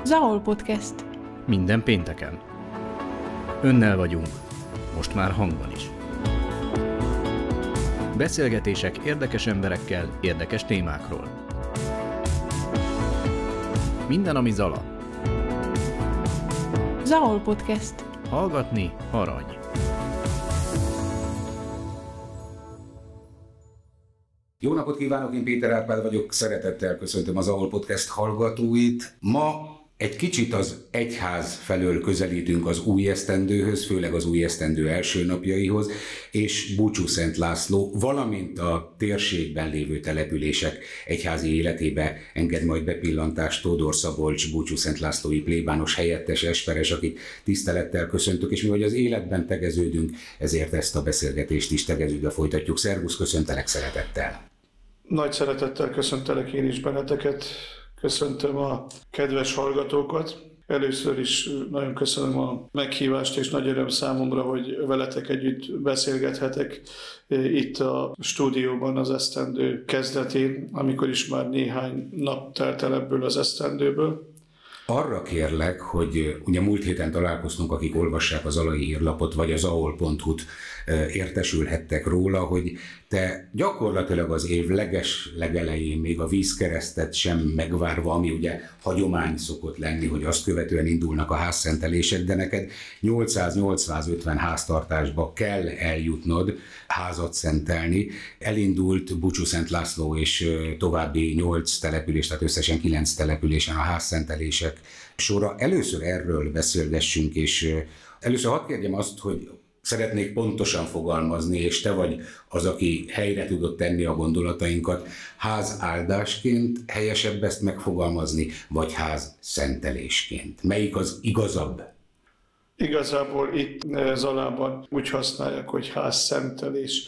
Zahol Podcast. Minden pénteken. Önnel vagyunk, most már hangban is. Beszélgetések érdekes emberekkel, érdekes témákról. Minden, ami Zala. Zahol Podcast. Hallgatni arany. Jó napot kívánok, én Péter Árpád vagyok, szeretettel köszöntöm az Zahol Podcast hallgatóit. Ma egy kicsit az egyház felől közelítünk az új esztendőhöz, főleg az új esztendő első napjaihoz, és Búcsúszent László, valamint a térségben lévő települések egyházi életébe enged majd bepillantást Tódor Szabolcs Búcsúszent Lászlói plébános helyettes esperes, akit tisztelettel köszöntök, és mivel az életben tegeződünk, ezért ezt a beszélgetést is tegeződve folytatjuk. Szervusz, köszöntelek szeretettel! Nagy szeretettel köszöntelek én is benneteket. Köszöntöm a kedves hallgatókat. Először is nagyon köszönöm a meghívást, és nagy öröm számomra, hogy veletek együtt beszélgethetek itt a stúdióban az esztendő kezdetén, amikor is már néhány nap telt el ebből az esztendőből. Arra kérlek, hogy ugye múlt héten találkoztunk, akik olvassák az Zalai hírlapot, vagy az zahol.hu-t, értesülhettek róla, hogy te gyakorlatilag az év legelején még a vízkeresztet sem megvárva, ami ugye hagyomány szokott lenni, hogy azt követően indulnak a házszentelések, de neked 800-850 háztartásba kell eljutnod házat szentelni. Elindult Búcsúszent László és további 8 település, tehát összesen 9 településen a házszentelések sora. Először erről beszélgessünk, és először hadd kérjem azt, hogy szeretnék pontosan fogalmazni, és te vagy az, aki helyre tudod tenni a gondolatainkat. Házáldásként helyesebb ezt megfogalmazni, vagy házszentelésként? Melyik az igazabb? Igazából itt Zalában úgy használják, hogy házszentelés.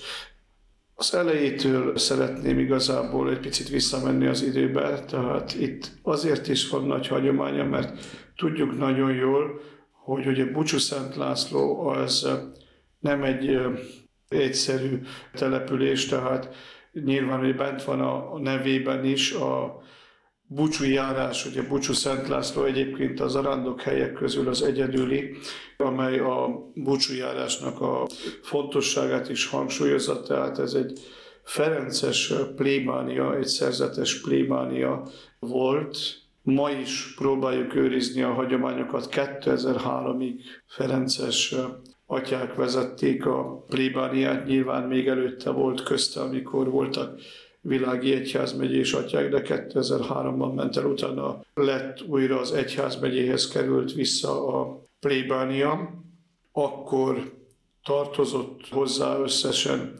Az elejétől szeretném igazából egy picit visszamenni az időbe, tehát itt azért is van nagy hagyománya, mert tudjuk nagyon jól, hogy ugye Búcsúszent László az nem egy egyszerű település, tehát nyilván, hogy bent van a nevében is a búcsújárás, ugye Búcsúszent László egyébként az arándok helyek közül az egyedüli, amely a búcsújárásnak a fontosságát is hangsúlyozza, tehát ez egy ferences plébánia, egy szerzetes plébánia volt. Ma is próbáljuk őrizni a hagyományokat. 2003-ig ferences atyák vezették a plébániát, nyilván még előtte volt közte, amikor voltak világi egyházmegyés atyák, de 2003-ban ment el, utána lett újra az egyházmegyéhez került vissza a plébánia. Akkor tartozott hozzá összesen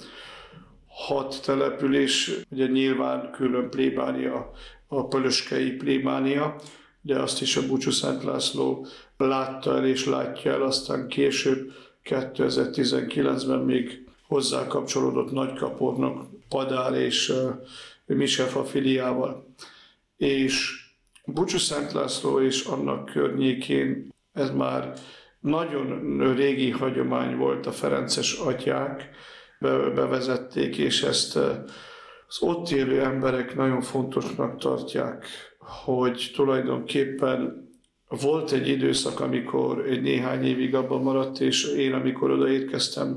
6 település, ugye nyilván külön plébánia, a pölöskei plébánia, de azt is a Búcsúszent László látta el és látja el, aztán később 2019-ben még hozzá kapcsolódott Nagykapornok Padár és Misefa filiával. És Búcsúszent László és annak környékén ez már nagyon régi hagyomány volt, a ferences atyák bevezették, és ezt az ott élő emberek nagyon fontosnak tartják, hogy tulajdonképpen volt egy időszak, amikor egy néhány évig abban maradt, és én, amikor odaérkeztem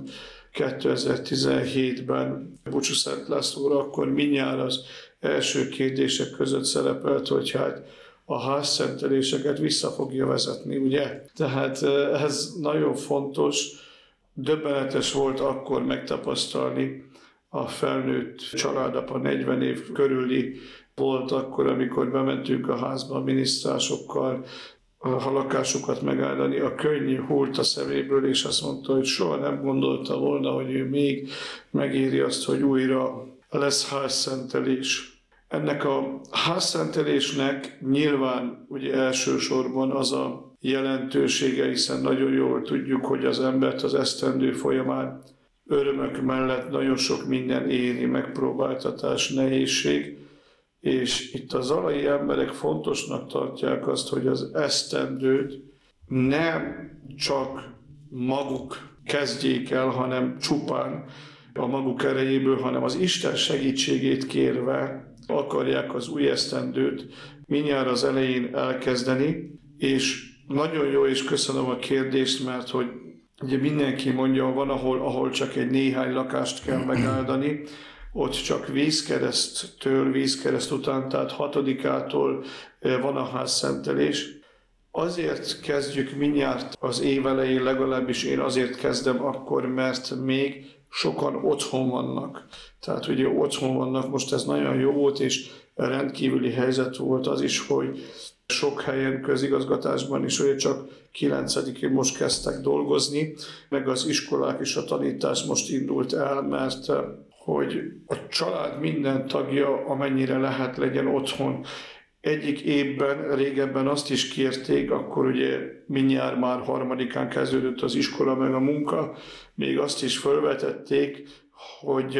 2017-ben Búcsúszent Lászlóra, akkor mindjárt az első kérdések között szerepelt, hogy hát a házszenteléseket vissza fogja vezetni, ugye? Tehát ez nagyon fontos, döbbenetes volt akkor megtapasztalni. A felnőtt családapa 40 év körüli volt akkor, amikor bementünk a házba a minisztrásokkal, a lakásukat megállani, a könnyű hult a szeméből, és azt mondta, hogy soha nem gondolta volna, hogy ő még megéri azt, hogy újra lesz házszentelés. Ennek a házszentelésnek nyilván ugye elsősorban az a jelentősége, hiszen nagyon jól tudjuk, hogy az embert az esztendő folyamán örömök mellett nagyon sok minden éri, megpróbáltatás, nehézség, és itt a zalai emberek fontosnak tartják azt, hogy az esztendőt nem csak maguk kezdjék el, hanem csupán a maguk erejéből, hanem az Isten segítségét kérve akarják az új esztendőt mindjárt az elején elkezdeni, És nagyon jó, és köszönöm a kérdést, mert hogy ugye mindenki mondja, van, ahol csak egy néhány lakást kell megáldani, ott csak vízkereszt után, tehát 6-ától van a házszentelés. Azért kezdjük mindjárt az év elején, legalábbis én azért kezdem akkor, mert még sokan otthon vannak. Tehát ugye otthon vannak, most ez nagyon jó volt, és rendkívüli helyzet volt az is, hogy sok helyen közigazgatásban is ugye csak 9-én most kezdtek dolgozni, meg az iskolák és a tanítás most indult el, mert hogy a család minden tagja, amennyire lehet, legyen otthon. Egyik évben, régebben azt is kérték, akkor ugye mindjárt már 3-án kezdődött az iskola meg a munka, még azt is felvetették, hogy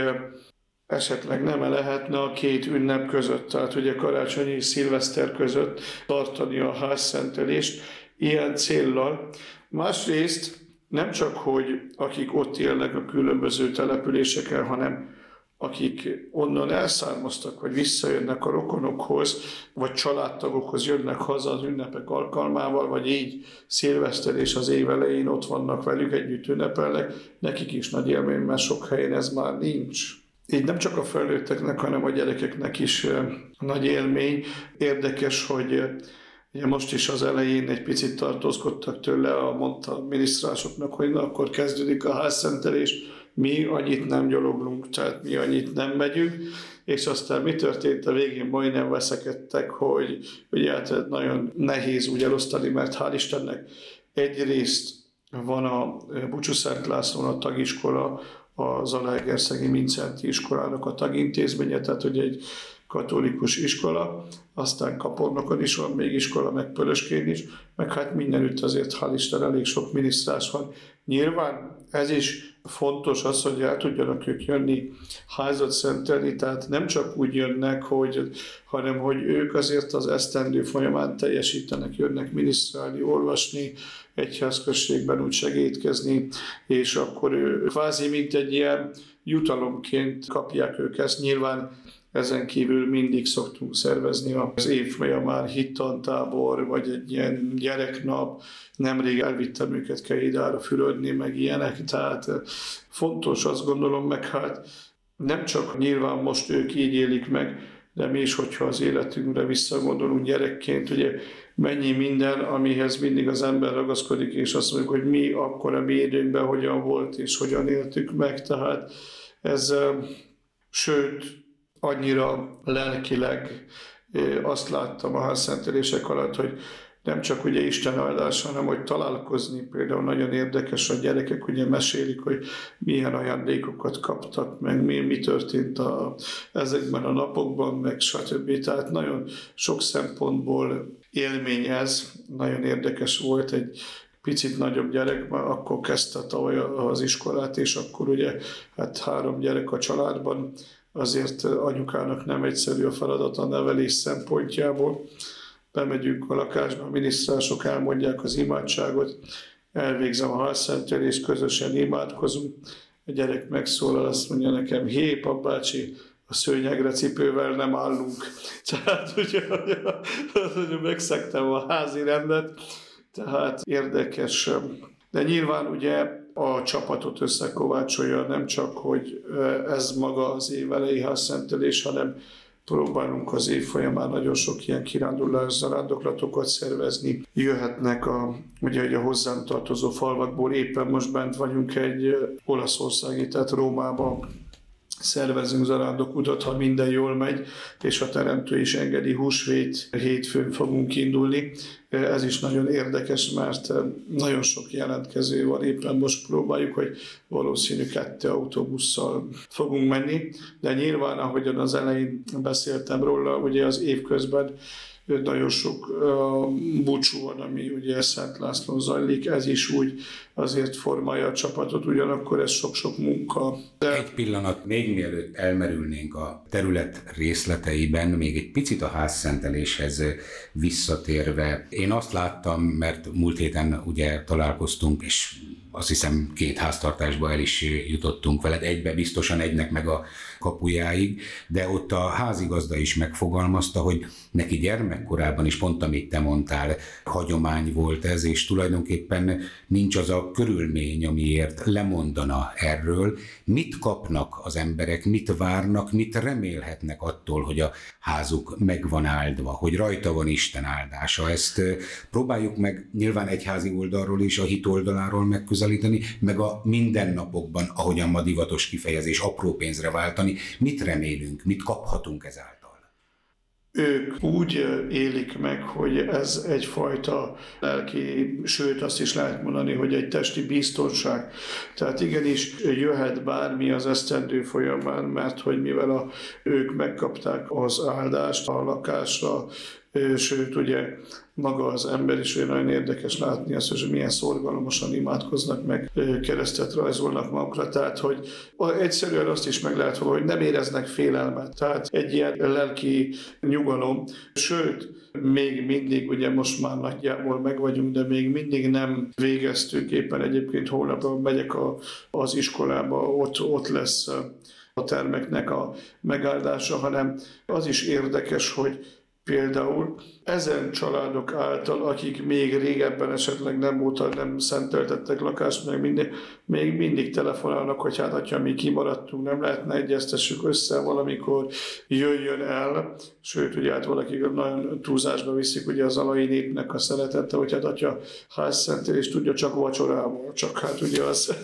esetleg nem lehetne a 2 ünnep között, tehát ugye karácsony és szilveszter között tartani a házszentelést ilyen céllal. Másrészt nem csak, hogy akik ott élnek a különböző településeken, hanem akik onnan elszármaztak, vagy visszajönnek a rokonokhoz, vagy családtagokhoz jönnek haza az ünnepek alkalmával, vagy így szilveszter és az év elején ott vannak velük, együtt ünnepelnek, nekik is nagy élmény, mert sok helyen ez már nincs. Így nem csak a felnőtteknek, hanem a gyerekeknek is nagy élmény. Érdekes, hogy ugye most is az elején egy picit tartózkodtak tőle, mondta a minisztrásoknak, hogy na, akkor kezdődik a házszentelés, mi annyit nem gyaloglunk, tehát mi annyit nem megyünk, és aztán mi történt a végén, majdnem veszekedtek, hogy ugye hát nagyon nehéz úgy elosztani, mert hál' Istennek egyrészt van a Bucsú-Szent Lászlón a tagiskola, a Zalaegerszegi Mincenti iskolának a tagintézménye, tehát ugye egy katolikus iskola, aztán Kapornokon is van még iskola, meg Pölöskén is, meg hát mindenütt azért hál' Isten elég sok minisztrás van. Nyilván ez is fontos az, hogy el tudjanak ők jönni házat szentelni, tehát nem csak úgy jönnek, hanem hogy ők azért az esztendő folyamán teljesítenek, jönnek minisztrálni, olvasni, egyházközségben úgy segítkezni, és akkor ő kvázi mint egy ilyen jutalomként kapják ők ezt. Nyilván ezen kívül mindig szoktunk szervezni az év folyamán hittantábor, vagy egy ilyen gyereknap. Nemrég elvittem őket Keidára fürödni, meg ilyenek, tehát fontos, azt gondolom, meg hát nem csak nyilván most ők így élik meg, de mi is, hogyha az életünkre visszagondolunk gyerekként, ugye mennyi minden, amihez mindig az ember ragaszkodik, és azt mondjuk, hogy mi akkor a mi időnkben hogyan volt, és hogyan éltük meg, tehát ez, sőt, annyira lelkileg azt láttam a házszentelések alatt, hogy nem csak ugye Isten áldás, hanem hogy találkozni. Például nagyon érdekes, a gyerekek ugye mesélik, hogy milyen ajándékokat kaptak, meg mi történt ezekben a napokban, meg stb. Tehát nagyon sok szempontból élmény ez, nagyon érdekes volt. Egy picit nagyobb gyerek, már akkor kezdte tavaly az iskolát, és akkor ugye hát 3 gyerek a családban, azért anyukának nem egyszerű a feladat a nevelés szempontjából. Bemegyünk a lakásba, a minisztrások elmondják az imádságot, elvégzem a házszentelést, közösen imádkozunk. A gyerek megszólal, azt mondja nekem, hé, papbácsi, a szőnyegre cipővel nem állunk. Tehát ugye megszegtem a házi rendet, tehát érdekes. De nyilván ugye a csapatot összekovácsolja, nem csak, hogy ez maga az év elejé házszentelés, hanem próbálunk az év folyamán nagyon sok ilyen kirándulás, zarándoklatokat szervezni. Jöhetnek ugye a hozzám tartozó falvakból, éppen most bent vagyunk egy olaszországi, tehát Rómába szervezünk zarándokutat, ha minden jól megy, és a Teremtő is engedi, húsvét hétfőn fogunk indulni. Ez is nagyon érdekes, mert nagyon sok jelentkező van, éppen most próbáljuk, hogy valószínű 2 autóbusszal fogunk menni, de nyilván, ahogyan az elején beszéltem róla, ugye az évközben nagyon sok búcsú van, ami ugye Szent Lászlón zajlik, ez is úgy azért formálja a csapatot, ugyanakkor ez sok-sok munka. De... Egy pillanat, még mielőtt elmerülnénk a terület részleteiben, még egy picit a házszenteléshez visszatérve, Én azt láttam, mert múlt héten ugye találkoztunk, és azt hiszem 2 háztartásba el is jutottunk veled, egybe biztosan, egynek meg a kapujáig, de ott a házigazda is megfogalmazta, hogy neki gyermekkorában is pont amit te mondtál, hagyomány volt ez, és tulajdonképpen nincs az a körülmény, amiért lemondana erről. Mit kapnak az emberek, mit várnak, mit remélhetnek attól, hogy a házuk meg van áldva, hogy rajta van Isten áldása. Ezt próbáljuk meg nyilván egyházi oldalról is, a hit oldaláról megközelíteni, meg a mindennapokban, ahogyan ma divatos kifejezés, apró pénzre váltani. Mit remélünk, mit kaphatunk ezáltal? Ők úgy élik meg, hogy ez egyfajta lelki, sőt azt is lehet mondani, hogy egy testi biztonság. Tehát igenis jöhet bármi az esztendő folyamán, mert hogy mivel ők megkapták az áldást a lakásra, sőt ugye maga az ember is olyan érdekes látni azt, hogy milyen szorgalmasan imádkoznak meg, keresztet rajzolnak magukra, tehát hogy egyszerűen azt is meg lehet hogy nem éreznek félelmet, tehát egy ilyen lelki nyugalom, sőt, még mindig, ugye most már nagyjából meg vagyunk, de még mindig nem végeztük, éppen egyébként holnap megyek az iskolába, ott lesz a termeknek a megáldása, hanem az is érdekes, hogy például ezen családok által, akik még régebben esetleg nem szenteltettek lakást, még mindig telefonálnak, hogy hát atya, mi kimaradtunk, nem lehetne egyeztessük össze valamikor, jöjjön el. Sőt, ugye hát valaki nagyon túlzásba viszik ugye az alai népnek a szeretete, hogy hát atya házszentelést tudja csak vacsorával, csak hát ugye az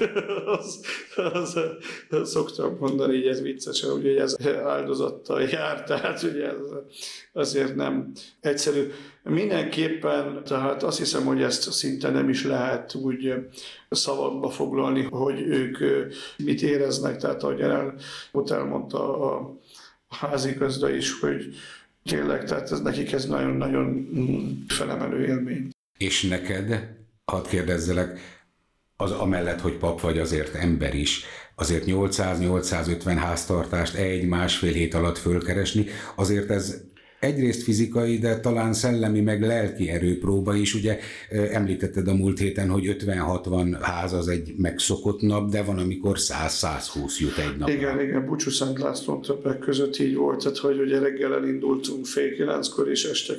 szoktam mondani, így ez viccesen, ugye ez áldozattal jár, tehát ugye ez azért nem egyszerű. Mindenképpen, tehát azt hiszem, hogy ezt szinte nem is lehet úgy szavakba foglalni, hogy ők mit éreznek, tehát ahogy ott elmondta a házigazda is, hogy tényleg, tehát nekik ez nagyon-nagyon felemelő élmény. És neked, hadd kérdezzelek, az amellett, hogy pap vagy, azért ember is, azért 800-850 háztartást 1-1,5 hét alatt fölkeresni, azért ez egyrészt fizikai, de talán szellemi, meg lelki erőpróba is. Ugye említetted a múlt héten, hogy 50-60 ház az egy megszokott nap, de van, amikor 100-120 jut egy napra. Igen, Búcsú Szent Lászlón többek között így volt, tehát hogy ugye reggel elindultunk fél 9-kor, és este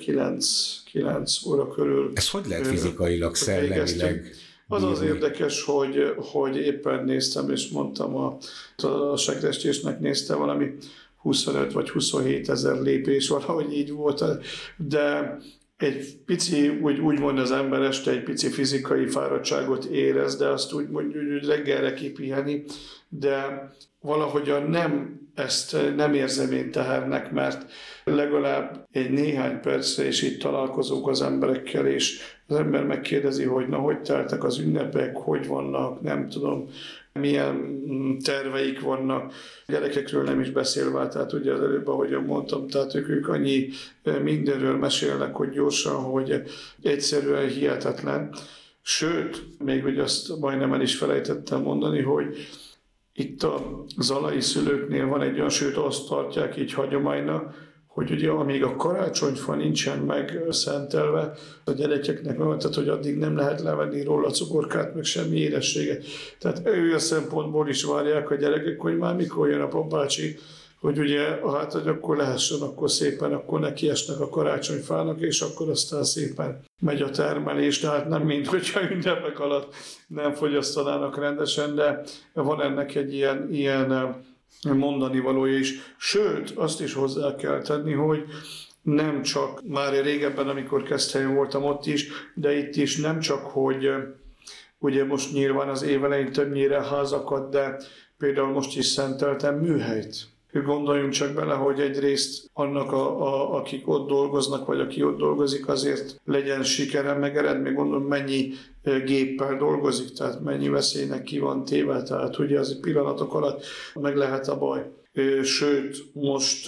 9 óra körül. Ez hogy lehet fizikailag, szellemileg? Az érdekes, hogy éppen néztem, és mondtam a segrestésnek nézte valami 25 vagy 27 ezer lépés, valahogy így volt, de egy pici, úgymond az ember este egy pici fizikai fáradtságot érez, de azt úgy mondjuk, hogy reggelre kipiheni, de valahogyan ezt nem érzem én tehernek, mert legalább egy néhány percre is itt találkozunk az emberekkel, és az ember megkérdezi, hogy na, hogy teltek az ünnepek, hogy vannak, nem tudom, milyen terveik vannak. A gyerekekről nem is beszélve, tehát ugye az előbb, ahogyan mondtam, tehát ők annyi mindenről mesélnek, hogy gyorsan, hogy egyszerűen hihetetlen. Sőt, még hogy azt majdnem el is felejtettem mondani, hogy itt a zalai szülőknél van egy olyan, sőt azt tartják így hagyománynak, hogy ugye amíg a karácsonyfa nincsen megszentelve, a gyerekeknek tehát hogy addig nem lehet levenni róla a cukorkát, meg semmi édességet. Tehát ő a szempontból is várják a gyerekek, hogy már mikor jön a papbácsi, hogy ugye, hát hogy akkor lehessen, akkor szépen, akkor nekiesnek a karácsonyfának, és akkor aztán szépen megy a termelés, tehát nem mind, hogyha ünnepek alatt nem fogyasztanának rendesen, de van ennek egy ilyen mondani valója is. Sőt, azt is hozzá kell tenni, hogy nem csak, már régebben, amikor Keszthelyen voltam ott is, de itt is nem csak, hogy ugye most nyilván az évelején többnyire házakat, de például most is szenteltem műhelyt. Gondoljunk csak bele, hogy egyrészt annak, akik ott dolgoznak, vagy aki ott dolgozik, azért legyen sikere, meg eredmény, gondolom, mennyi géppel dolgozik, tehát mennyi veszélynek ki van téve, tehát ugye az pillanatok alatt meg lehet a baj. Sőt, most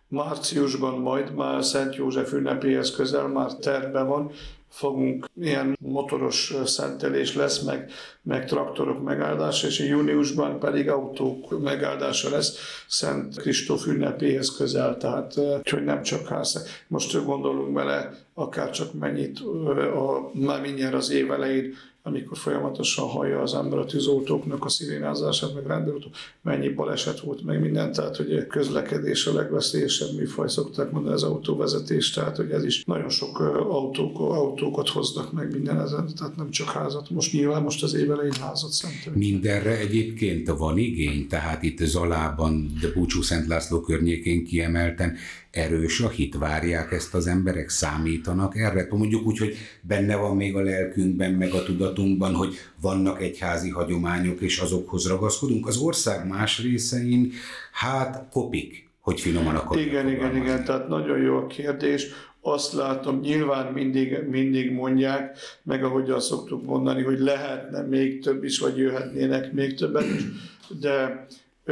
márciusban majd már Szent József ünnepéhez közel már tervben van, fogunk, ilyen motoros szentelés lesz, meg traktorok megáldása, és júniusban pedig autók megáldása lesz Szent Kristóf ünnepéhez közel, tehát hogy nem csak ház. Most gondolunk bele, akár csak mennyit, már mindjárt az év elején, amikor folyamatosan hallja az ember a tűzoltóknak a szirénázását, meg rendőrautók, mennyi baleset volt, meg minden, tehát hogy közlekedés a legveszélyesebb műfaj, szokták mondani az autóvezetés, tehát hogy ez is nagyon sok autókat hoznak meg minden ezen, tehát nem csak házat. Most az év elején házat szentelünk. Mindenre egyébként van igény, tehát itt Zalában, de Búcsú-Szent László környékén kiemelten erős a hit, várják ezt az emberek, számítanak erre? Mondjuk úgy, hogy benne van még a lelkünkben, meg a tudatunkban, hogy vannak egyházi hagyományok, és azokhoz ragaszkodunk. Az ország más részein, hát kopik, hogy finoman akarják. Igen, tehát nagyon jó a kérdés. Azt látom, nyilván mindig mondják, meg ahogyan szoktuk mondani, hogy lehetne még több is, vagy jöhetnének még többet is, de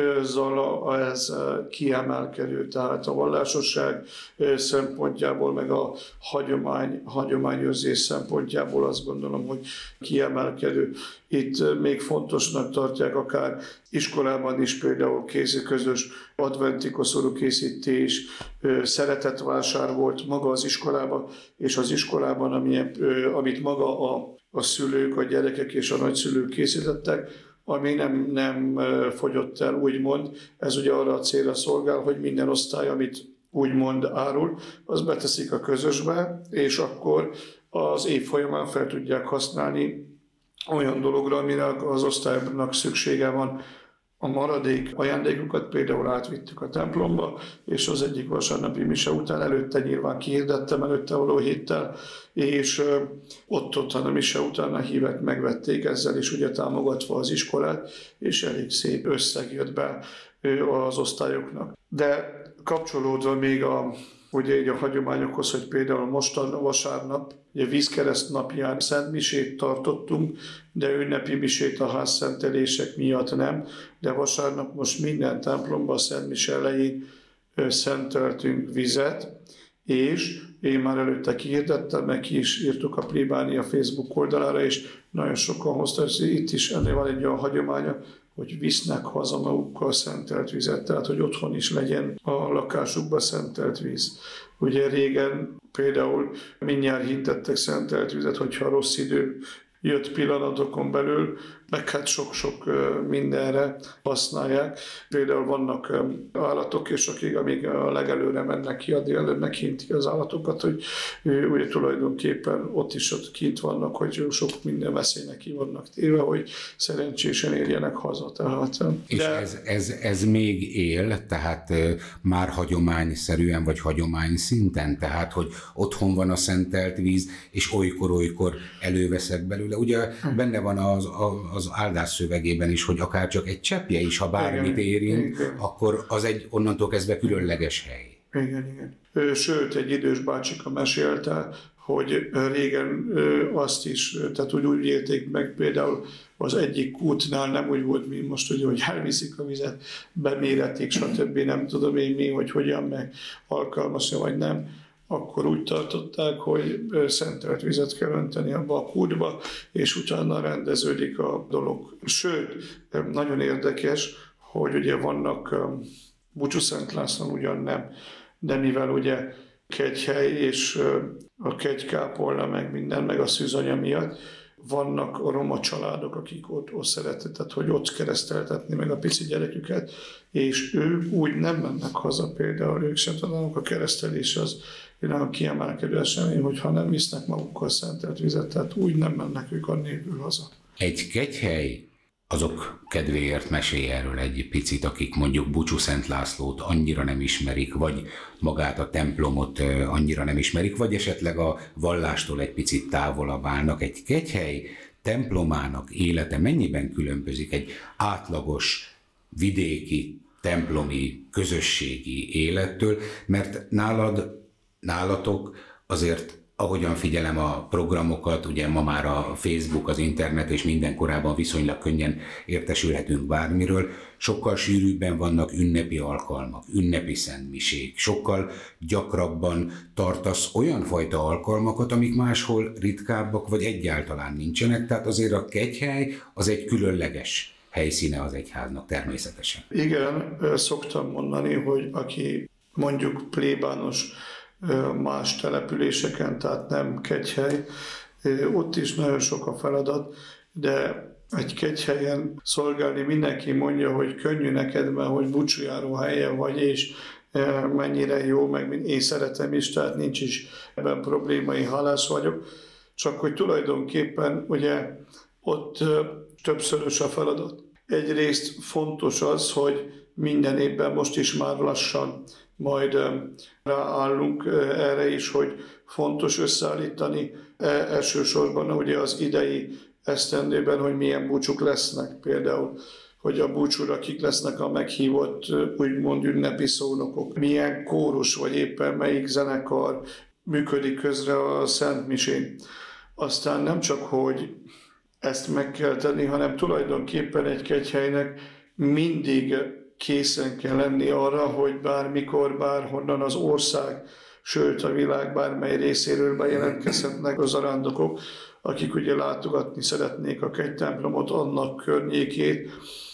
Zala ez kiemelkedő, tehát a vallásosság szempontjából, meg a hagyományőrzés szempontjából azt gondolom, hogy kiemelkedő. Itt még fontosnak tartják akár iskolában is például közös adventi koszorú készítés, szeretetvásár volt maga az iskolában, és az iskolában, amit maga a szülők, a gyerekek és a nagyszülők készítettek, ami nem fogyott el, úgymond. Ez ugye arra a célra szolgál, hogy minden osztály, amit úgymond árul, az beteszik a közösbe, és akkor az év folyamán fel tudják használni olyan dologra, amire az osztálynak szüksége van. A maradék ajándékokat például átvittük a templomba, és az egyik vasárnapi mise után, előtte nyilván kihirdettem, előtte való héttel, és ott a mise után a hívek megvették ezzel is ugye támogatva az iskolát, és elég szép összeg jött be az osztályoknak. De kapcsolódva még ugye így a hagyományokhoz, hogy például mostan vasárnap, ugye vízkereszt napján szentmisét tartottunk, de ünnepi misét a házszentelések miatt nem, de vasárnap most minden templomban a szentmise elején szenteltünk vizet, és én már előtte kihirdettem, meg ki is írtuk a plébánia Facebook oldalára, és nagyon sokan hozták, itt is ennél van egy olyan hagyománya, hogy visznek haza magukkal szentelt vizet, tehát hogy otthon is legyen a lakásukban szentelt víz. Ugye régen például mindjárt hintettek szentelt vizet, hogyha rossz idő jött pillanatokon belül, meg hát sok-sok mindenre használják. Például vannak állatok, és amíg a legelőre mennek ki, addig előbb meghintik az állatokat, hogy ugye tulajdonképpen ott kint vannak, hogy sok minden veszélynek ki vannak téve, hogy szerencsésen érjenek haza. Tehát, és ez még él, tehát már hagyományszerűen, vagy hagyomány szinten, tehát hogy otthon van a szentelt víz, és olykor előveszek belőle. Ugye benne van az áldás szövegében is, hogy akár csak egy cseppje is, ha bármit érint, akkor az egy onnantól kezdve különleges hely. Igen. Sőt, egy idős bácsika mesélte, hogy régen azt is, tehát úgy élték meg például az egyik kútnál, nem úgy volt, mint most, hogy elviszik a vizet, beméretik, stb. Nem tudom én mi, hogy hogyan, meg alkalmas-e vagy nem, akkor úgy tartották, hogy szentelt vizet kell önteni abba a kútba, és utána rendeződik a dolog. Sőt, nagyon érdekes, hogy ugye vannak Búcsú-Szent Lászlón ugyan nem, de mivel ugye kegyhely és a kegykápolna, meg minden, meg a szűzanya miatt, vannak a roma családok, akik ott szeretett, tehát hogy ott kereszteltetni meg a pici gyereküket, és ők úgy nem mennek haza, például ők sem találnak, a keresztelés az nagyon kiemelkedő esemény, hogyha nem visznek magukkal szentelt vizet, tehát úgy nem mennek ők annélkül haza. Egy kegyhely, azok kedvéért mesélj erről egy picit, akik mondjuk Búcsú-Szent Lászlót annyira nem ismerik, vagy magát a templomot annyira nem ismerik, vagy esetleg a vallástól egy picit távolabb állnak. Egy kegyhely templomának élete mennyiben különbözik egy átlagos vidéki templomi közösségi élettől, mert nálatok azért ahogyan figyelem a programokat, ugye ma már a Facebook, az internet és minden korában viszonylag könnyen értesülhetünk bármiről, sokkal sűrűbben vannak ünnepi alkalmak, ünnepi szentmisék, sokkal gyakrabban tartasz olyan fajta alkalmakat, amik máshol ritkábbak, vagy egyáltalán nincsenek, tehát azért a kegyhely az egy különleges helyszíne az egyháznak természetesen. Igen, szoktam mondani, hogy aki mondjuk plébános más településeken, tehát nem kegyhely, ott is nagyon sok a feladat, de egy kegyhelyen szolgálni mindenki mondja, hogy könnyű neked, mert hogy búcsújáró helyen vagy, és mennyire jó, meg én szeretem is, tehát nincs is ebben probléma, én hálás vagyok. Csak hogy tulajdonképpen ugye ott többszörös a feladat. Egyrészt fontos az, hogy minden évben most is már lassan majd ráállunk erre is, hogy fontos összeállítani elsősorban ugye az idei esztendőben, hogy milyen búcsúk lesznek. Például, hogy a búcsúra kik lesznek a meghívott úgymond ünnepi szónokok, milyen kórus vagy éppen melyik zenekar működik közre a szentmisén. Aztán nem csak, hogy ezt meg kell tenni, hanem tulajdonképpen egy kegyhelynek mindig készen kell lenni arra, hogy bármikor, bárhonnan az ország, sőt a világ bármely részéről bejelentkezhetnek az zarándokok, akik ugye látogatni szeretnék a kegytemplomot, annak környékét.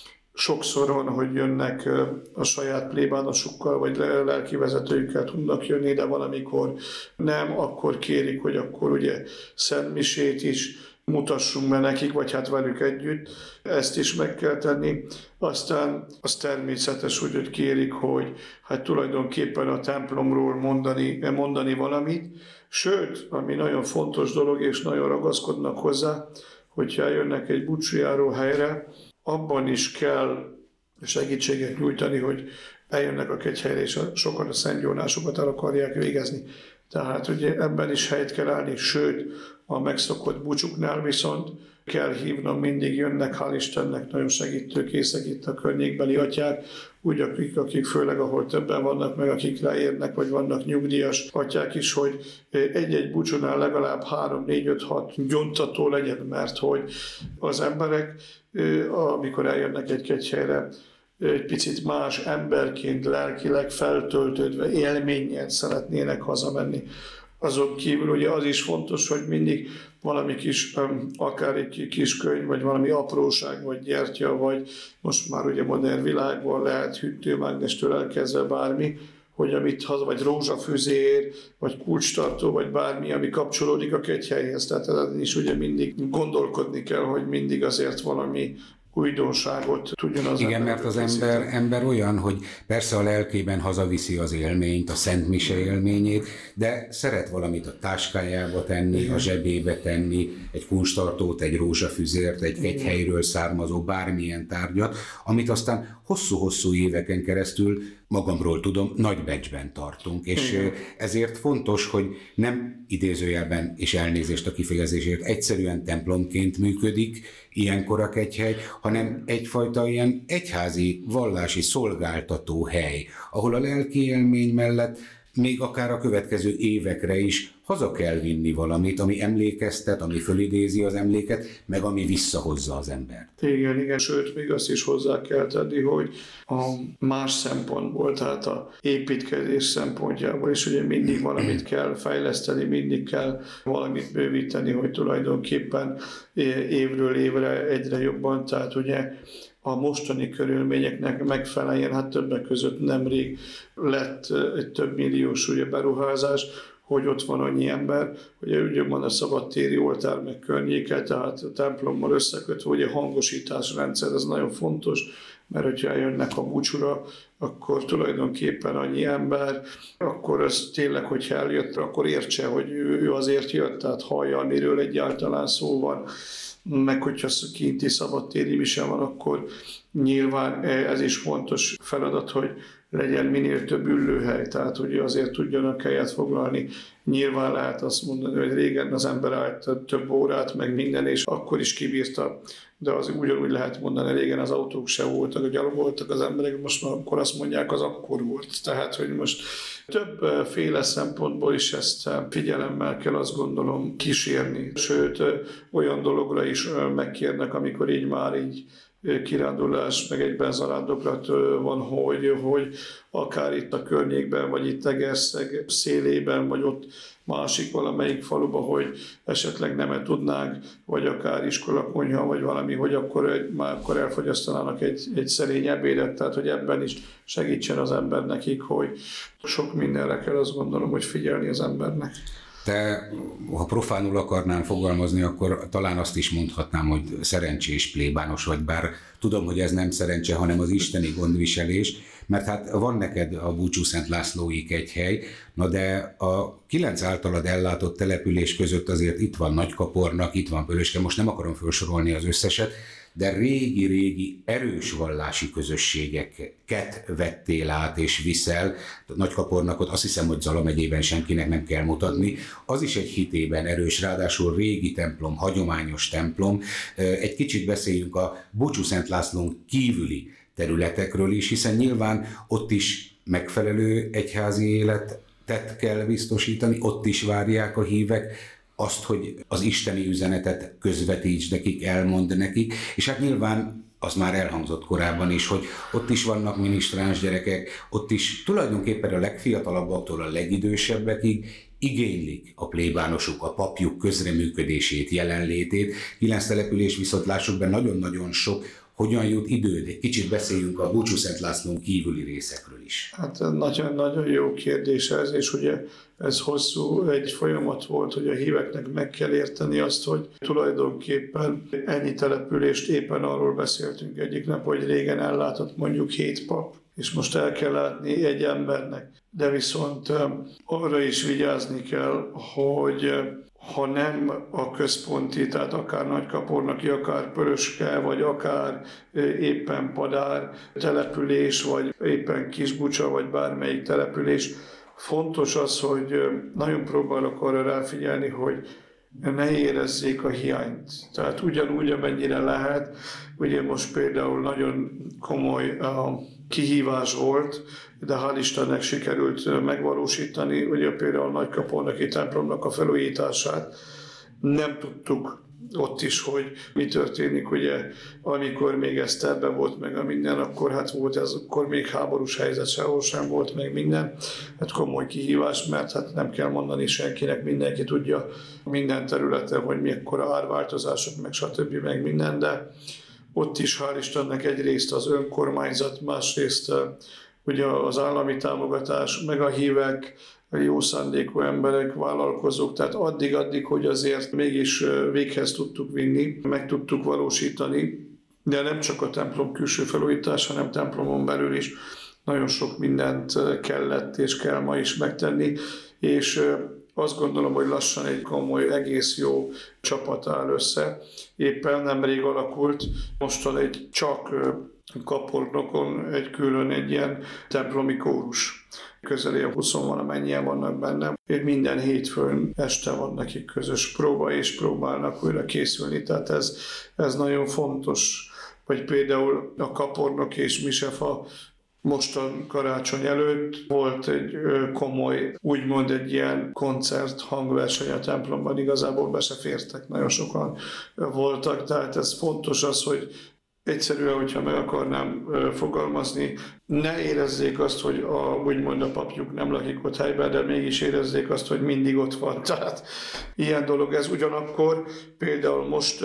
Sokszor van, hogy jönnek a saját plébánosukkal, vagy lelkivezetőjükkel tudnak jönni, de valamikor nem, akkor kérik, hogy akkor ugye szentmisét is mutassunk be nekik, vagy hát velük együtt, ezt is meg kell tenni. Aztán az természetes, hogy kérik, hogy hát tulajdonképpen a templomról mondani valamit, sőt, ami nagyon fontos dolog, és nagyon ragaszkodnak hozzá, hogyha eljönnek egy búcsújáró helyre, abban is kell segítséget nyújtani, hogy eljönnek a kegyhelyre, és sokan a szentgyónásokat el akarják végezni. Tehát ugye ebben is helyt kell állni, sőt, a megszokott búcsuknál viszont kell hívnom, mindig jönnek, hál' Istennek, nagyon segítőkészek itt a környékbeli atyák, úgy akik főleg, ahol többen vannak, meg akik leérnek, vagy vannak nyugdíjas atyák is, hogy egy-egy búcsúnál legalább 3-4-5-6 gyóntató legyen, mert hogy az emberek, amikor eljönnek egy kegyhelyre, egy picit más emberként, lelkileg feltöltődve, élménnyel szeretnének hazamenni. Azon kívül ugye az is fontos, hogy mindig valami kis, akár egy kis könyv, vagy valami apróság, vagy gyertya, vagy most már ugye modern világban lehet hűtőmágnestől elkezdve bármi, hogy amit haza, vagy rózsafűzér, vagy kulcstartó, vagy bármi, ami kapcsolódik a kegyhelyhez. Tehát ezen is ugye mindig gondolkodni kell, hogy mindig azért valami újdonságot tudjon az igen, mert az ember olyan, hogy persze a lelkében hazaviszi az élményt, a szentmise élményét, de szeret valamit a táskájába tenni, igen, a zsebébe tenni, egy kunsttartót, egy rózsafüzért, egy kegyhelyről származó bármilyen tárgyat, amit aztán hosszú-hosszú éveken keresztül, magamról tudom, nagy becsben tartunk, és igen, ezért fontos, hogy nem idézőjelben, és elnézést a kifejezésért, egyszerűen templomként működik ilyenkor a kegyhely, hanem egyfajta ilyen egyházi, vallási szolgáltató hely, ahol a lelki élmény mellett még akár a következő évekre is haza kell vinni valamit, ami emlékeztet, ami fölidézi az emléket, meg ami visszahozza az embert. Igen, sőt, még azt is hozzá kell tenni, hogy a más szempontból, tehát a építkezés szempontjából is ugye mindig valamit kell fejleszteni, mindig kell valamit bővíteni, hogy tulajdonképpen évről évre egyre jobban, tehát ugye a mostani körülményeknek megfeleljen, hát többek között nemrég lett egy több milliós ugye beruházás, hogy ott van annyi ember, hogy ugye van a szabadtéri oltár meg környéke, tehát a templommal összekötve, hogy a hangosításrendszer, ez nagyon fontos, mert hogyha jönnek a búcsúra, akkor tulajdonképpen annyi ember, akkor ez tényleg, hogyha eljött, akkor értse, hogy ő azért jött, tehát hallja, amiről egyáltalán szó van, meg hogyha kinti szabadtéri mise van, akkor nyilván ez is fontos feladat, hogy legyen minél több ülőhely, tehát hogy azért tudjanak helyet foglalni. Nyilván lehet azt mondani, hogy régen az ember állt több órát, meg minden, és akkor is kibírta, de az ugyanúgy lehet mondani, régen az autók se voltak, gyalogoltak az emberek, most már akkor azt mondják, az akkor volt. Tehát, hogy most többféle szempontból is ezt figyelemmel kell, azt gondolom, kísérni. Sőt, olyan dologra is megkérnek, amikor így már így kirándulás, meg egyben zarándoklat van, hogy akár itt a környékben, vagy itt Egerszeg szélében, vagy ott másik valamelyik faluba, hogy esetleg nem tudnánk, vagy akár iskolakonyha, vagy valami, hogy akkor elfogyasztanának egy szerény ebédet, tehát hogy ebben is segítsen az ember nekik, hogy sok mindenre kell, azt gondolom, hogy figyelni az embernek. De ha profánul akarnám fogalmazni, akkor talán azt is mondhatnám, hogy szerencsés plébános vagy, bár tudom, hogy ez nem szerencse, hanem az isteni gondviselés, mert hát van neked a Búcsú-Szent Lászlói kegyhely, na de a 9 általad ellátott település között azért itt van Nagykapornak, itt van Pölöske, most nem akarom felsorolni az összeset, de régi-régi erős vallási közösségeket vettél át és viszel. Nagykapornakot azt hiszem, hogy Zala megyében senkinek nem kell mutatni. Az is egy hitében erős, ráadásul régi templom, hagyományos templom. Egy kicsit beszéljünk a Búcsú-Szent Lászlón kívüli területekről is, hiszen nyilván ott is megfelelő egyházi életet kell biztosítani, ott is várják a hívek azt, hogy az isteni üzenetet közvetíts nekik, elmond nekik, és hát nyilván az már elhangzott korábban is, hogy ott is vannak minisztráns gyerekek, ott is tulajdonképpen a legfiatalabbaktól a legidősebbekig igénylik a plébánosuk, a papjuk közreműködését, jelenlétét. 9 település viszont lássuk be nagyon-nagyon sok. Hogyan jut időd? Egy kicsit beszéljünk a Búcsú-Szent Lászlón kívüli részekről is. Hát nagyon-nagyon jó kérdés ez, és ugye ez hosszú egy folyamat volt, hogy a híveknek meg kell érteni azt, hogy tulajdonképpen ennyi települést, éppen arról beszéltünk egyik nap, hogy régen ellátott mondjuk 7 pap, és most el kell látni egy embernek. De viszont arra is vigyázni kell, hogy ha nem a központi, tehát akár Nagykapornaki, akár Pölöske, vagy akár éppen Padár település, vagy éppen Kisbucsa, vagy bármelyik település, fontos az, hogy nagyon próbálok arra ráfigyelni, hogy ne érezzék a hiányt. Tehát ugyanúgy, amennyire lehet, ugye most például nagyon komoly kihívás volt, de hál' Istennek sikerült megvalósítani, ugye például a Nagykapornaki templomnak a felújítását. Nem tudtuk ott is, hogy mi történik, ugye amikor még ez terve volt meg a minden, akkor hát volt ez, akkor még háborús helyzet sehol sem volt meg minden. Hát komoly kihívás, mert hát nem kell mondani senkinek, mindenki tudja minden területen, hogy mekkora árváltozások, meg stb. Meg minden, de ott is hál' Istennek egyrészt az önkormányzat, másrészt ugye az állami támogatás, meg a hívek, a jó szándékú emberek, vállalkozók, tehát addig, hogy azért mégis véghez tudtuk vinni, meg tudtuk valósítani, de nem csak a templom külső felújítás, hanem templomon belül is nagyon sok mindent kellett és kell ma is megtenni, és azt gondolom, hogy lassan egy komoly, egész jó csapat áll össze. Éppen nemrég alakult mostan egy csak Kapornokon egy külön egy ilyen templomi kórus. Közelé 20-valamennyien vannak benne. Minden hétfőn este van nekik közös próba, és próbálnak újra készülni. Tehát ez nagyon fontos. Vagy például a Kapornok és Misefa mostan karácsony előtt volt egy komoly, úgymond egy ilyen koncert, hangverseny a templomban, igazából be se fértek, nagyon sokan voltak, tehát ez fontos az, hogy egyszerűen, hogyha meg akarnám fogalmazni, ne érezzék azt, hogy úgymond a papjuk nem lakik ott helyben, de mégis érezzék azt, hogy mindig ott van. Tehát ilyen dolog ez. Ugyanakkor például most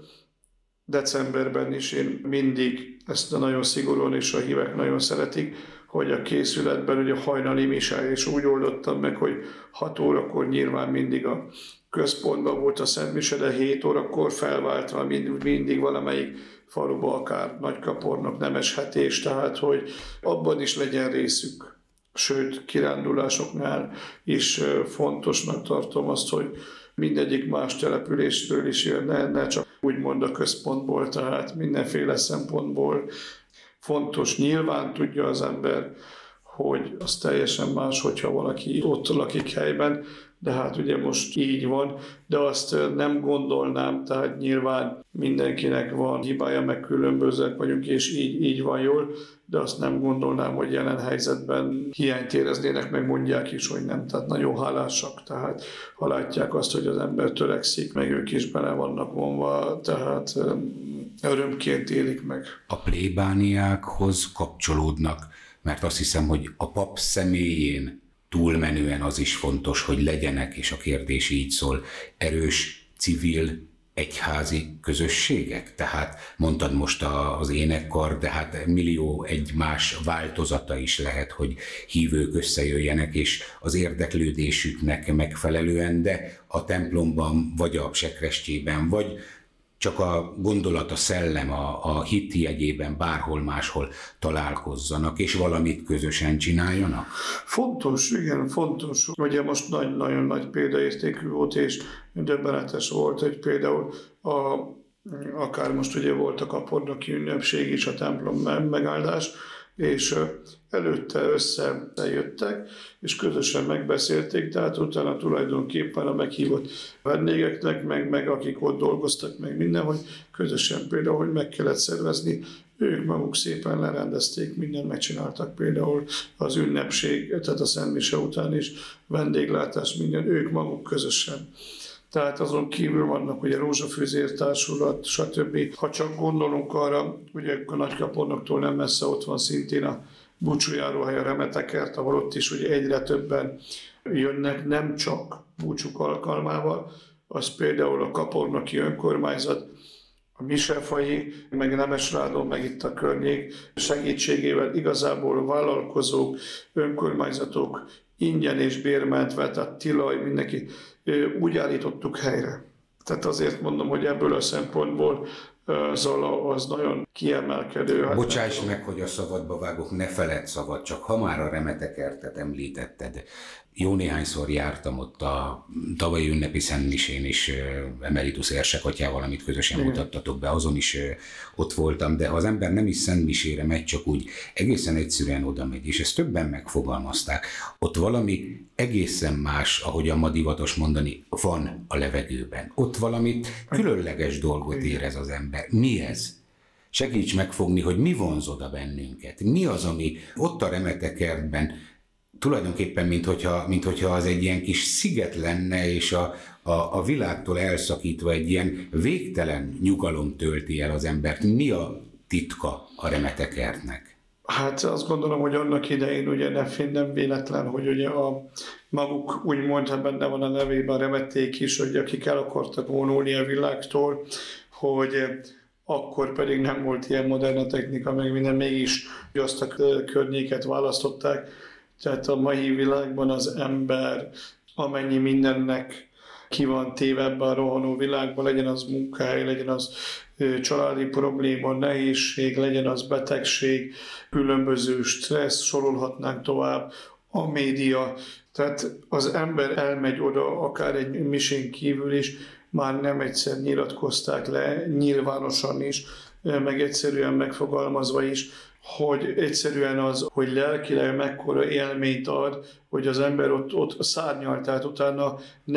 decemberben is én mindig ezt nagyon szigorúan, és a hívek nagyon szeretik, hogy a készületben ugye hajnali mise, és úgy oldottam meg, hogy 6 órakor nyilván mindig a központban volt a Szent Mise, de 7 órakor felváltva mindig valamelyik faluba, akár Nagykapornak nemeshetés, tehát hogy abban is legyen részük. Sőt, kirándulásoknál is fontosnak tartom azt, hogy mindegyik más településről is jön, ne csak úgymond a központból, tehát mindenféle szempontból fontos. Nyilván tudja az ember, hogy az teljesen más, hogyha valaki ott lakik helyben, de hát ugye most így van, de azt nem gondolnám, tehát nyilván mindenkinek van hibája, meg különbözőek vagyunk, és így van jól, de azt nem gondolnám, hogy jelen helyzetben hiányt éreznének, meg mondják is, hogy nem. Tehát nagyon hálásak, tehát ha látják azt, hogy az ember törekszik, meg ők is bele vannak vonva, tehát örömként élik meg. A plébániákhoz kapcsolódnak, mert azt hiszem, hogy a pap személyén túlmenően az is fontos, hogy legyenek, és a kérdés így szól, erős civil egyházi közösségek. Tehát mondtad most az énekkar, de hát millió egy más változata is lehet, hogy hívők összejöjjenek, és az érdeklődésüknek megfelelően, de a templomban, vagy a sekrestjében, vagy csak a gondolat, a szellem, a hit jegyében bárhol máshol találkozzanak, és valamit közösen csináljanak? Fontos, igen, fontos. Ugye most nagyon nagy példaértékű volt, és döbbenetes volt, hogy például akár most ugye volt a kapornoki ünnepség is, a templom megáldás, és előtte összejöttek, és közösen megbeszélték, tehát utána tulajdonképpen a meghívott vendégeknek, meg akik ott dolgoztak, meg minden, hogy közösen például, hogy meg kellett szervezni, ők maguk szépen lerendezték, mindent megcsináltak, például az ünnepség, tehát a Szent Mise után is vendéglátás, minden, ők maguk közösen. Tehát azon kívül vannak ugye rózsafűzér társulat, stb. Ha csak gondolunk arra, ugye a Nagykapornoktól nem messze ott van szintén a búcsújáróhely, a Remetekert, ahol ott is ugye egyre többen jönnek, nem csak búcsúk alkalmával, az például a kapornoki önkormányzat, a Misefai, meg Nemesrádon, meg itt a környék segítségével igazából vállalkozók, önkormányzatok ingyen és bérmentve, tehát tilaj, mindenki, úgy állítottuk helyre. Tehát azért mondom, hogy ebből a szempontból Zala az nagyon kiemelkedő. Bocsáss meg, hogy a szabadba vágok, ne feledd szabad, csak ha már a Remetekertet említetted. Jó néhányszor jártam ott a tavalyi ünnepi szentmisén is emeritus érsekatyával, amit közösen mutattatok be, azon is ott voltam, de ha az ember nem is szentmisére megy, csak úgy egészen egyszerűen oda megy, és ezt többen megfogalmazták, ott valami egészen más, ahogyan ma divatos mondani, van a levegőben. Ott valami különleges dolgot érez az ember. Mi ez? Segíts megfogni, hogy mi vonz oda bennünket. Mi az, ami ott a Remetekertben tulajdonképpen, minthogyha az egy ilyen kis sziget lenne, és a világtól elszakítva egy ilyen végtelen nyugalom tölti el az embert. Mi a titka a Remetekertnek? Hát azt gondolom, hogy annak idején ugye nem véletlen, hogy ugye a maguk úgymond benne van a nevében a remeték is, hogy akik el akartak vonulni a világtól, hogy akkor pedig nem volt ilyen modern technika, meg minden, mégis azt a környéket választották. Tehát a mai világban az ember amennyi mindennek ki van téve ebben a rohanó világban, legyen az munkahely, legyen az családi probléma, nehézség, legyen az betegség, különböző stressz, sorolhatnánk tovább, a média. Tehát az ember elmegy oda, akár egy misén kívül is, már nem egyszer nyilatkozták le, nyilvánosan is, meg egyszerűen megfogalmazva is, hogy egyszerűen az, hogy lelkileg mekkora élményt ad, hogy az ember ott szárnyal, tehát utána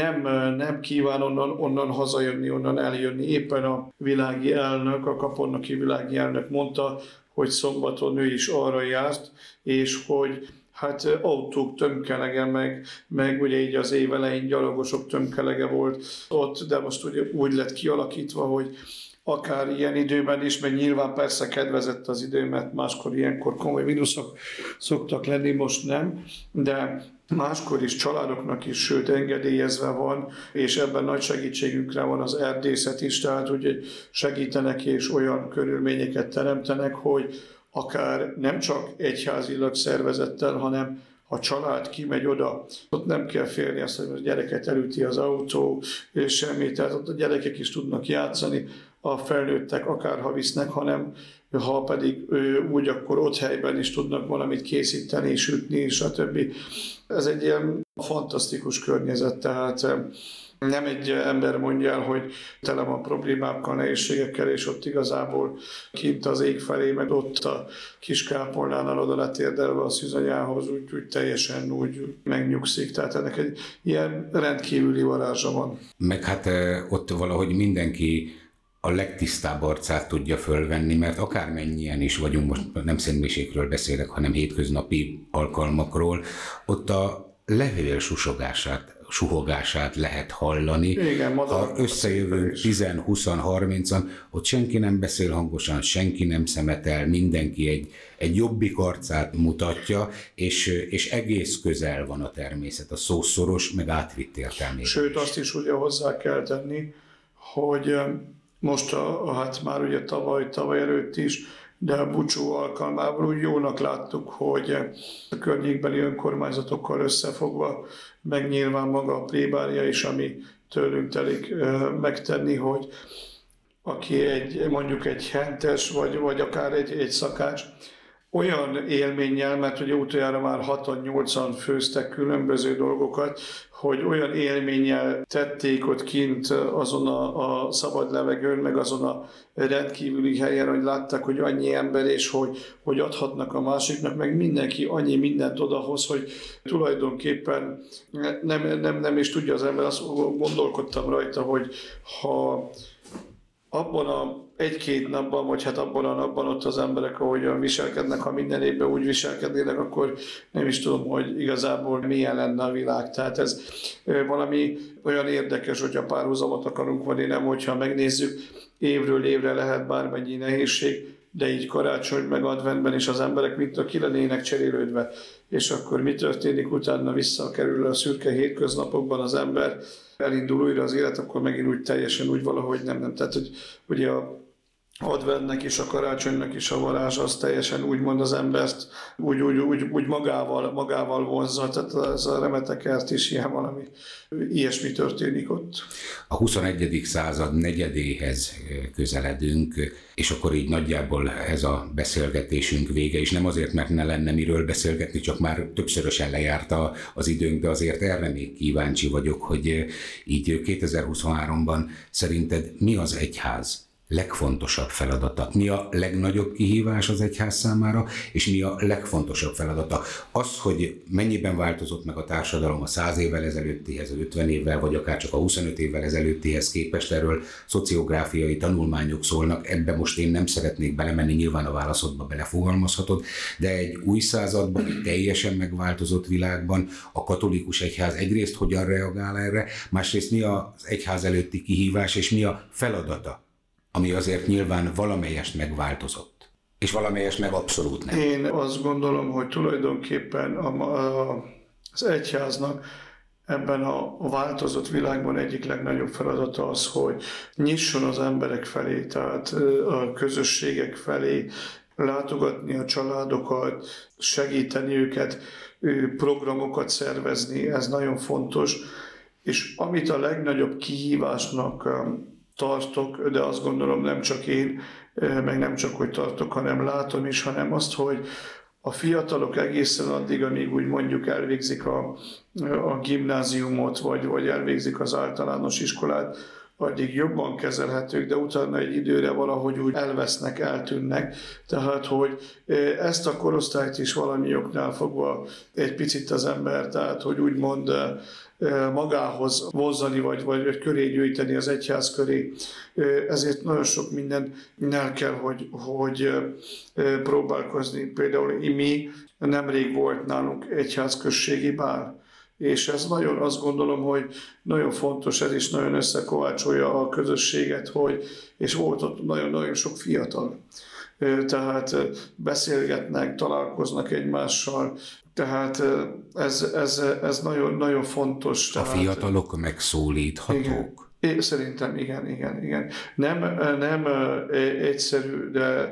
nem kíván onnan hazajönni, onnan eljönni. Éppen a világi elnök, a kapornoki világi elnök mondta, hogy szombaton ő is arra járt, és hogy hát autók tömkelege, meg ugye így az év elején gyalogosok tömkelege volt ott, de most ugye úgy lett kialakítva, hogy akár ilyen időben is, meg nyilván persze kedvezett az idő, mert máskor ilyenkor komoly mínuszok szoktak lenni, most nem, de máskor is családoknak is, sőt engedélyezve van, és ebben nagy segítségünkre van az erdészet is, tehát ugye segítenek és olyan körülményeket teremtenek, hogy akár nem csak egyházilag szervezettel, hanem ha család kimegy oda, ott nem kell félni azt, hogy a gyereket elüti az autó, és semmi, tehát ott a gyerekek is tudnak játszani, a felnőttek akárha visznek, hanem ha pedig úgy, akkor ott helyben is tudnak valamit készíteni, sütni, stb. Ez egy ilyen fantasztikus környezet, tehát nem egy ember mondja el, hogy tele van problémákkal, nehézségekkel, és ott igazából kint az ég felé, meg ott a kis kápolnánál oda letérdelve a szűzanyához, úgy teljesen úgy megnyugszik. Tehát ennek egy ilyen rendkívüli varázsa van. Meg hát ott valahogy mindenki a legtisztább arcát tudja fölvenni, mert akármennyien is vagyunk, most nem szentmiségről beszélek, hanem hétköznapi alkalmakról, ott a levél suhogását lehet hallani. Igen, ha összejövünk 10-20-30-an, ott senki nem beszél hangosan, senki nem szemetel, mindenki egy jobbik arcát mutatja, és egész közel van a természet, a szószoros, meg átvitt értelmében. Sőt, azt is ugye hozzá kell tenni, hogy most hát már ugye tavaly előtt is, de a búcsú alkalmával úgy jónak láttuk, hogy a környékbeli önkormányzatokkal összefogva, meg nyilván maga a plébária is, ami tőlünk telik megtenni, hogy aki mondjuk egy hentes, vagy akár egy szakács, olyan élménnyel, mert ugye utoljára már 6-8-an főztek különböző dolgokat, hogy olyan élménnyel tették ott kint azon a szabad levegőn, meg azon a rendkívüli helyen, hogy látták, hogy annyi ember, és hogy adhatnak a másiknak, meg mindenki annyi mindent odahoz, hogy tulajdonképpen nem is tudja az ember, azt gondolkodtam rajta, hogy ha abban a egy-két napban, vagy hát abban a napban ott az emberek, ahogyan viselkednek, ha minden évben úgy viselkednének, akkor nem is tudom, hogy igazából milyen lenne a világ. Tehát ez valami olyan érdekes, hogyha párhuzamot akarunk vonni, nem, hogyha megnézzük, évről évre lehet bármennyi nehézség, de így karácsony meg adventben is az emberek mint ki lennének cserélődve. És akkor mi történik? Utána visszakerül a szürke hétköznapokban az ember, elindul újra az élet, akkor megint úgy teljesen úgy valahogy nem. Tehát, hogy ugye a adventnek és a karácsonynak is a varázs az teljesen úgymond az embert úgy magával vonzza, tehát ez a remetekert is ilyen valami, ilyesmi történik ott. A 21. század negyedéhez közeledünk, és akkor így nagyjából ez a beszélgetésünk vége, és nem azért, mert ne lenne miről beszélgetni, csak már többszörösen lejárt az időnk, de azért erre még kíváncsi vagyok, hogy így 2023-ban szerinted mi az egyház legfontosabb feladata? Mi a legnagyobb kihívás az egyház számára, és mi a legfontosabb feladata? Az, hogy mennyiben változott meg a társadalom a 100 évvel ezelőttihez, az 50 évvel, vagy akár csak a 25 évvel ezelőttihez képest, erről szociográfiai tanulmányok szólnak, ebbe most én nem szeretnék belemenni, nyilván a válaszodba belefogalmazhatod, de egy új században, egy teljesen megváltozott világban a katolikus egyház egyrészt hogyan reagál erre, másrészt mi az egyház előtti kihívás, és mi a feladata, ami azért nyilván valamelyest megváltozott, és valamelyest meg abszolút nem. Én azt gondolom, hogy tulajdonképpen az egyháznak ebben a változott világban egyik legnagyobb feladata az, hogy nyisson az emberek felé, tehát a közösségek felé, látogatni a családokat, segíteni őket, programokat szervezni, ez nagyon fontos. És amit a legnagyobb kihívásnak tartok, de azt gondolom nem csak én, meg nem csak hogy tartok, hanem látom is, hanem azt, hogy a fiatalok egészen addig, amíg úgy mondjuk elvégzik a gimnáziumot, vagy elvégzik az általános iskolát, addig jobban kezelhetők, de utána egy időre valahogy úgy elvesznek, eltűnnek. Tehát, hogy ezt a korosztályt is valami oknál fogva egy picit az ember, tehát, hogy úgymond magához vonzani, vagy köré gyűjteni az egyház köré. Ezért nagyon sok mindennel kell, hogy próbálkozni. Például mi nemrég volt nálunk egyházközségi bál, és ez nagyon, azt gondolom, hogy nagyon fontos, ez is nagyon összekovácsolja a közösséget, és volt ott nagyon-nagyon sok fiatal. Tehát beszélgetnek, találkoznak egymással, tehát ez nagyon, nagyon fontos. A fiatalok megszólíthatók. Szerintem igen. Nem egyszerű,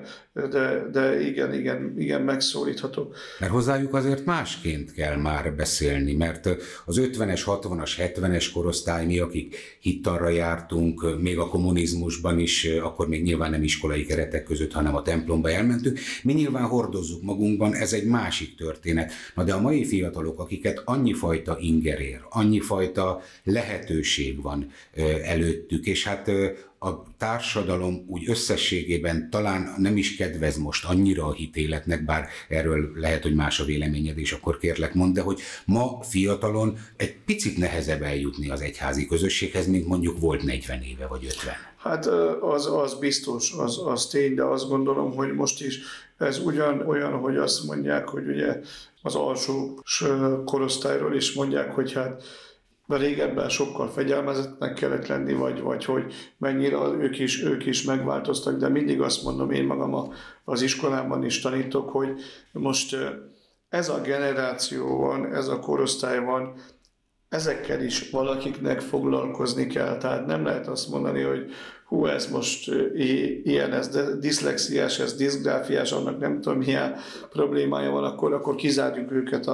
de igen, megszólítható. Mert hozzájuk azért másként kell már beszélni, mert az 50-es, 60-as, 70-es korosztály, mi, akik hittanra jártunk, még a kommunizmusban is, akkor még nyilván nem iskolai keretek között, hanem a templomba elmentünk, mi nyilván hordozzuk magunkban, ez egy másik történet. Na de a mai fiatalok, akiket annyifajta inger ér, annyifajta lehetőség van előttük, és hát a társadalom úgy összességében talán nem is kedvez most annyira a hitéletnek, bár erről lehet, hogy más a véleményed, és akkor kérlek mondd, de hogy ma fiatalon egy picit nehezebb eljutni az egyházi közösséghez, mint mondjuk volt 40 éve vagy 50. Hát az biztos, az tény, de azt gondolom, hogy most is ez olyan, hogy azt mondják, hogy ugye az alsó korosztályról is mondják, hogy hát régebben sokkal fegyelmezettnek kellett lenni, vagy hogy mennyire ők is megváltoztak, de mindig azt mondom, én magam az iskolában is tanítok, hogy most ez a generáció van, ez a korosztály van, ezekkel is valakiknek foglalkozni kell. Tehát nem lehet azt mondani, hogy hú, ez most ilyen, ez diszlexiás, ez diszgráfiás, annak nem tudom, milyen problémája van, akkor kizárjuk őket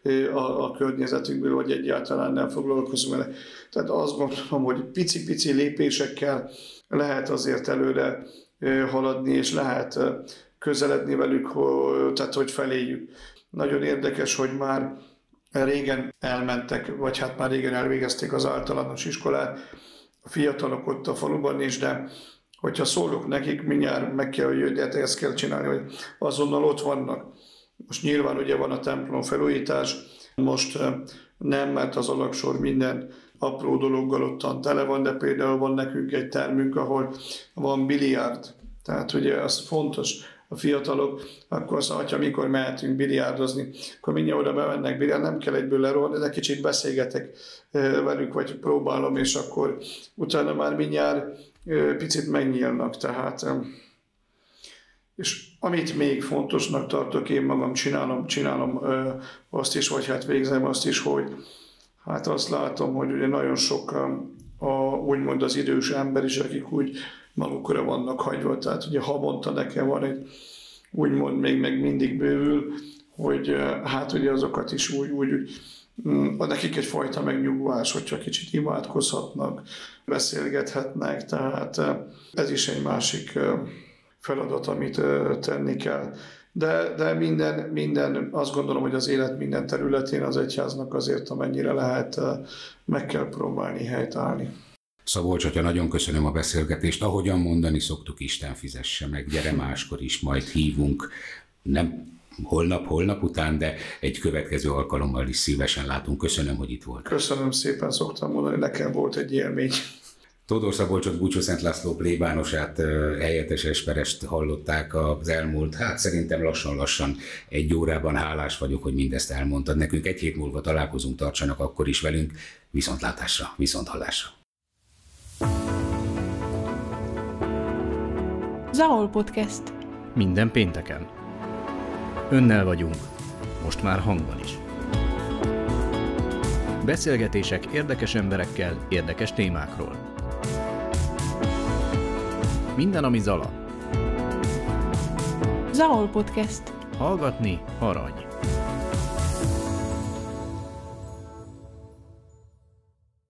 a környezetünkből, vagy egyáltalán nem foglalkozunk vele. Tehát azt gondolom, hogy pici-pici lépésekkel lehet azért előre haladni, és lehet közeledni velük, tehát hogy feléjük. Nagyon érdekes, hogy már régen elmentek, vagy hát már régen elvégezték az általános iskolát, a fiatalok ott a faluban is, de hogyha szólok nekik, mindjárt meg kell, hogy de ezt kell csinálni, hogy azonnal ott vannak. Most nyilván ugye van a templom felújítás, most nem, mert az alaksor minden apró dologgal ottan tele van, de például van nekünk egy termünk, ahol van biliárd. Tehát ugye az fontos, a fiatalok, akkor azt mondja, mikor mehetünk biliárdozni, akkor mindjárt oda bemennek biliárd, nem kell egyből lerohanni, de kicsit beszélgetek velük, vagy próbálom, és akkor utána már mindjárt picit megnyílnak. Tehát, és amit még fontosnak tartok, én magam csinálom azt is, vagy hát végzem azt is, hogy hát azt látom, hogy ugye nagyon sok úgymond az idős ember is, akik úgy magukra vannak hagyva, tehát ugye havonta nekem van egy úgymond még meg mindig bővül, hogy hát ugye azokat is úgy nekik egyfajta megnyugvás, hogyha kicsit imádkozhatnak, beszélgethetnek, tehát ez is egy másik feladat, amit tenni kell. De minden, azt gondolom, hogy az élet minden területén az egyháznak azért, amennyire lehet, meg kell próbálni helytállni. Szabolcs atya, nagyon köszönöm a beszélgetést. Ahogyan mondani szoktuk, Isten fizesse meg, gyere máskor is, majd hívunk, nem holnap után, de egy következő alkalommal is szívesen látunk. Köszönöm, hogy itt volt. Köszönöm szépen, szoktam mondani, nekem volt egy élmény. Tódor Szabolcsot, Búcsú Szent László plébánosát, helyettes esperest hallották az elmúlt, hát szerintem lassan 1 órában. Hálás vagyok, hogy mindezt elmondtad nekünk. 1 hét múlva találkozunk, tartsanak akkor is velünk. Viszontlátásra, viszonthallásra. Zaol Podcast. Minden pénteken. Önnel vagyunk, most már hangban is. Beszélgetések érdekes emberekkel, érdekes témákról. Minden, ami Zala. Zaol Podcast. Hallgatni arany.